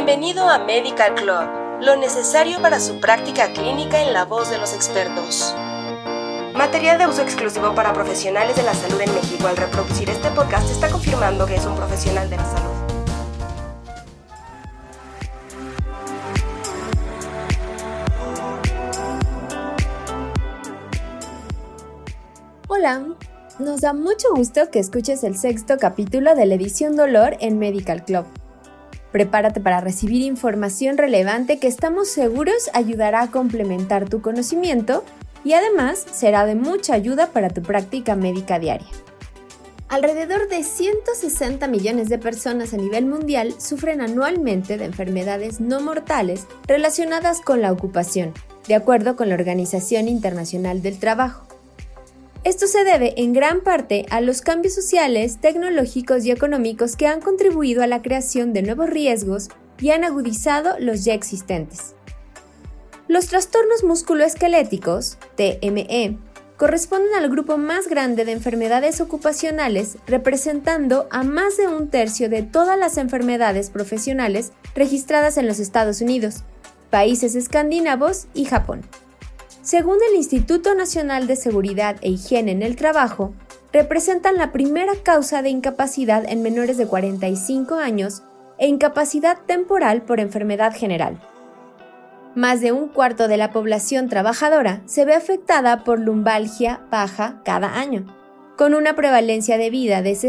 Bienvenido a Medical Club, lo necesario para su práctica clínica en la voz de los expertos. Material de uso exclusivo para profesionales de la salud en México. Al reproducir este podcast está confirmando que es un profesional de la salud. Hola, nos da mucho gusto que escuches el 6º capítulo de la edición Dolor en Medical Club. Prepárate para recibir información relevante que estamos seguros ayudará a complementar tu conocimiento y además será de mucha ayuda para tu práctica médica diaria. Alrededor de 160 millones de personas a nivel mundial sufren anualmente de enfermedades no mortales relacionadas con la ocupación, de acuerdo con la Organización Internacional del Trabajo. Esto se debe en gran parte a los cambios sociales, tecnológicos y económicos que han contribuido a la creación de nuevos riesgos y han agudizado los ya existentes. Los trastornos musculoesqueléticos, TME, corresponden al grupo más grande de enfermedades ocupacionales, representando a más de un tercio de todas las enfermedades profesionales registradas en los Estados Unidos, países escandinavos y Japón. Según el Instituto Nacional de Seguridad e Higiene en el Trabajo, representan la primera causa de incapacidad en menores de 45 años e incapacidad temporal por enfermedad general. Más de un cuarto de la población trabajadora se ve afectada por lumbalgia baja cada año, con una prevalencia de vida de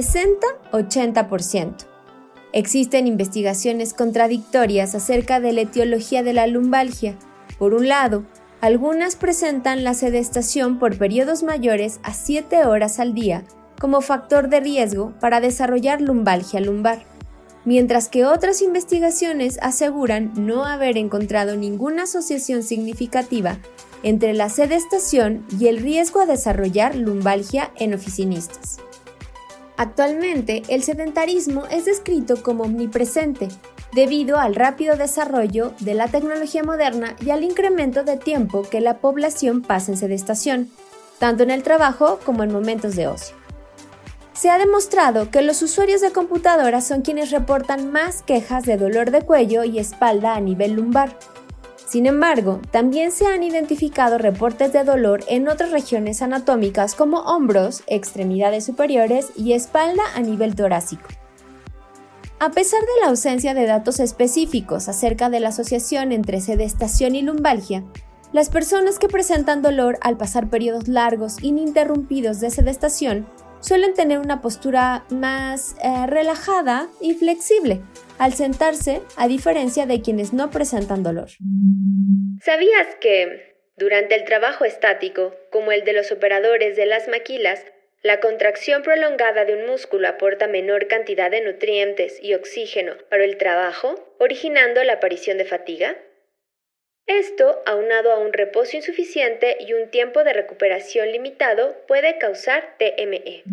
60-80%. Existen investigaciones contradictorias acerca de la etiología de la lumbalgia. Por un lado, algunas presentan la sedestación por periodos mayores a 7 horas al día como factor de riesgo para desarrollar lumbalgia lumbar, mientras que otras investigaciones aseguran no haber encontrado ninguna asociación significativa entre la sedestación y el riesgo a desarrollar lumbalgia en oficinistas. Actualmente, el sedentarismo es descrito como omnipresente, debido al rápido desarrollo de la tecnología moderna y al incremento de tiempo que la población pasa en sedestación, tanto en el trabajo como en momentos de ocio. Se ha demostrado que los usuarios de computadoras son quienes reportan más quejas de dolor de cuello y espalda a nivel lumbar. Sin embargo, también se han identificado reportes de dolor en otras regiones anatómicas como hombros, extremidades superiores y espalda a nivel torácico. A pesar de la ausencia de datos específicos acerca de la asociación entre sedestación y lumbalgia, las personas que presentan dolor al pasar periodos largos ininterrumpidos de sedestación suelen tener una postura más relajada y flexible al sentarse, a diferencia de quienes no presentan dolor. ¿Sabías que, durante el trabajo estático, como el de los operadores de las maquilas, la contracción prolongada de un músculo aporta menor cantidad de nutrientes y oxígeno para el trabajo, originando la aparición de fatiga? Esto, aunado a un reposo insuficiente y un tiempo de recuperación limitado, puede causar TME.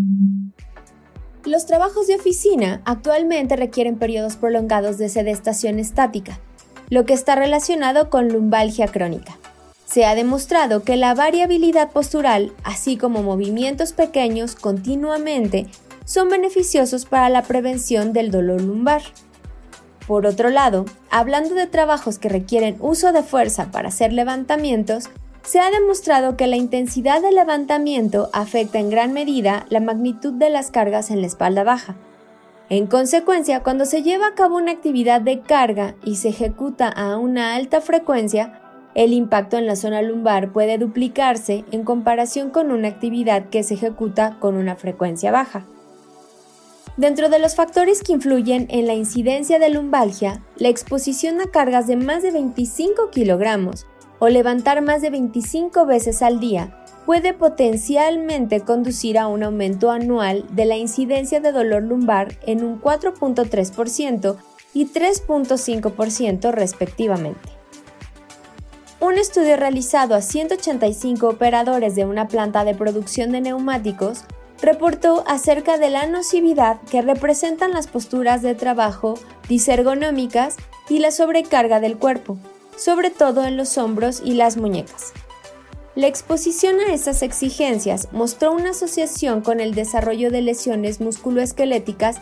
Los trabajos de oficina actualmente requieren periodos prolongados de sedestación estática, lo que está relacionado con lumbalgia crónica. Se ha demostrado que la variabilidad postural, así como movimientos pequeños continuamente, son beneficiosos para la prevención del dolor lumbar. Por otro lado, hablando de trabajos que requieren uso de fuerza para hacer levantamientos, se ha demostrado que la intensidad del levantamiento afecta en gran medida la magnitud de las cargas en la espalda baja. En consecuencia, cuando se lleva a cabo una actividad de carga y se ejecuta a una alta frecuencia, el impacto en la zona lumbar puede duplicarse en comparación con una actividad que se ejecuta con una frecuencia baja. Dentro de los factores que influyen en la incidencia de lumbalgia, la exposición a cargas de más de 25 kilogramos o levantar más de 25 veces al día puede potencialmente conducir a un aumento anual de la incidencia de dolor lumbar en un 4.3% y 3.5% respectivamente. Un estudio realizado a 185 operadores de una planta de producción de neumáticos reportó acerca de la nocividad que representan las posturas de trabajo disergonómicas y la sobrecarga del cuerpo, sobre todo en los hombros y las muñecas. La exposición a esas exigencias mostró una asociación con el desarrollo de lesiones musculoesqueléticas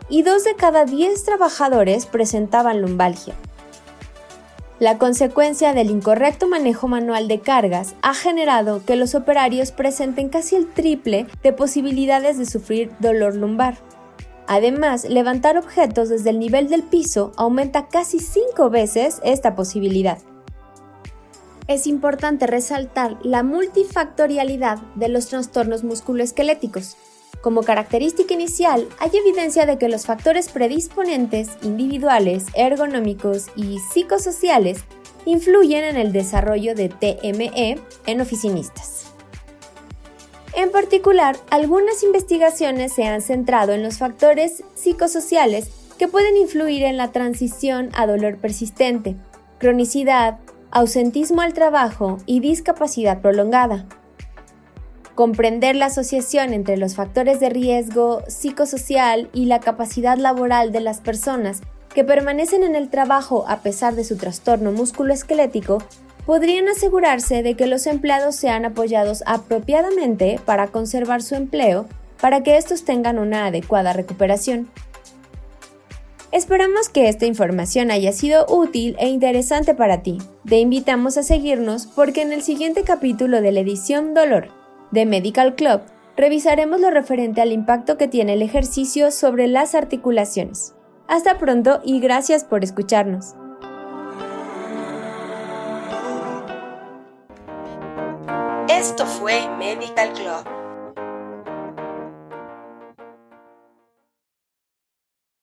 y 2 de cada 10 trabajadores presentaban lumbalgia. La consecuencia del incorrecto manejo manual de cargas ha generado que los operarios presenten casi el triple de posibilidades de sufrir dolor lumbar. Además, levantar objetos desde el nivel del piso aumenta casi 5 veces esta posibilidad. Es importante resaltar la multifactorialidad de los trastornos musculoesqueléticos. Como característica inicial, hay evidencia de que los factores predisponentes individuales, ergonómicos y psicosociales influyen en el desarrollo de TME en oficinistas. En particular, algunas investigaciones se han centrado en los factores psicosociales que pueden influir en la transición a dolor persistente, cronicidad, ausentismo al trabajo y discapacidad prolongada. Comprender la asociación entre los factores de riesgo psicosocial y la capacidad laboral de las personas que permanecen en el trabajo a pesar de su trastorno musculoesquelético podrían asegurarse de que los empleados sean apoyados apropiadamente para conservar su empleo para que estos tengan una adecuada recuperación. Esperamos que esta información haya sido útil e interesante para ti. Te invitamos a seguirnos porque en el siguiente capítulo de la edición Dolor de Medical Club revisaremos lo referente al impacto que tiene el ejercicio sobre las articulaciones. Hasta pronto y gracias por escucharnos. Esto fue Medical Club.